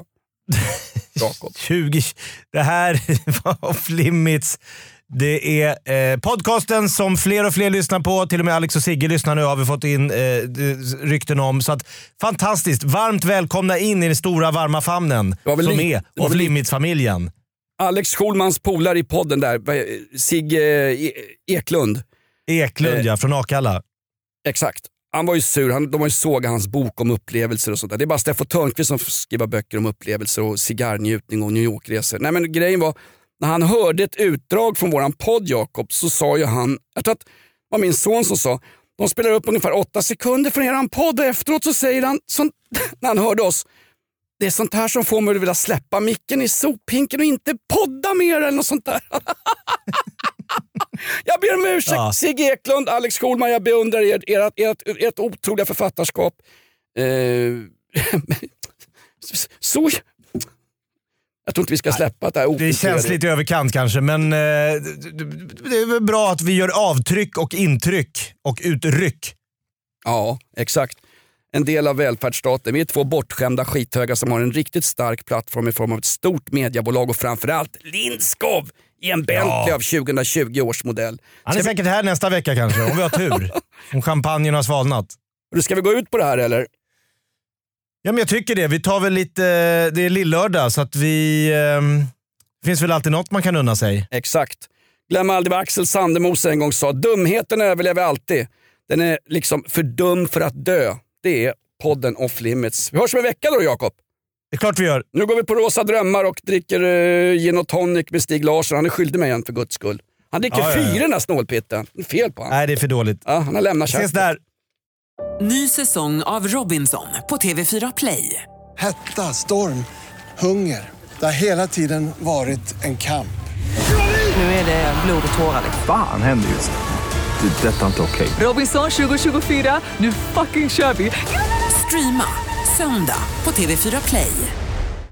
tjugo Det här var Off Limits. Det är eh, podcasten som fler och fler lyssnar på. Till och med Alex och Sigge lyssnar nu, har vi fått in eh, rykten om. Så att, fantastiskt. Varmt välkomna in i den stora varma famnen som li- är Off Limits-familjen. Alex Schulmans polare i podden där, Sigge e- Eklund. Eklund, eh, ja, från Akalla. Exakt. Han var ju sur, han, de har ju sågat hans bok om upplevelser och sånt där. Det är bara Steffo Törnqvist som skriver böcker om upplevelser och cigarrnjutning och New York-resor. Nej, men grejen var, när han hörde ett utdrag från våran podd, Jakob, så sa ju han, jag tror att det var min son som sa, de spelar upp ungefär åtta sekunder från eran podd och efteråt så säger han, sånt, när han hörde oss, det är sånt här som får mig att vilja släppa micken i sophinken och inte podda mer eller något sånt där. Jag ber om ursäkt, ja. Sigge Eklund, Alex Schulman, jag beundrar er, ert, ert, ert otroliga författarskap. Eh, så, jag tror inte vi ska släppa det här. Det känns lite överkant kanske, men eh, det är väl bra att vi gör avtryck och intryck och utryck. Ja, exakt. En del av välfärdsstaten. Vi är två bortskämda skithögar som har en riktigt stark plattform i form av ett stort mediebolag och framförallt Lindskov i en Bentley ja. av tjugohundratjugo års modell. Han är ska säkert här nästa vecka kanske, om vi har tur. Om champagnen har svalnat. Ska vi gå ut på det här eller? Ja, men jag tycker det. Vi tar väl lite, det är lillördag så att vi, eh, finns väl alltid något man kan unna sig. Exakt. Glöm aldrig vad Axel Sandemose en gång sa. Dumheten överlever alltid. Den är liksom för dum för att dö. Det är podden Off Limits. Vi hörs om en vecka då, Jakob. Det är klart vi gör. Nu går vi på Rosa Drömmar och dricker uh, gin och tonic med Stig Larsson. Han är skyldig mig igen för guds skull. Han dricker ja, fyra ja, ja. den här snålpitten. Det är fel på han. Nej, det är för dåligt. Ja, han har lämnat chatten. Ses där. Ny säsong av Robinson på T V fyra Play. Hetta, storm, hunger. Det har hela tiden varit en kamp. Nu är det blod och tårar. Fan händer just det. Det är detta inte okej. Okay. Robinson tjugo tjugofyra, nu fucking kör vi. Streama söndag på T V fyra Play.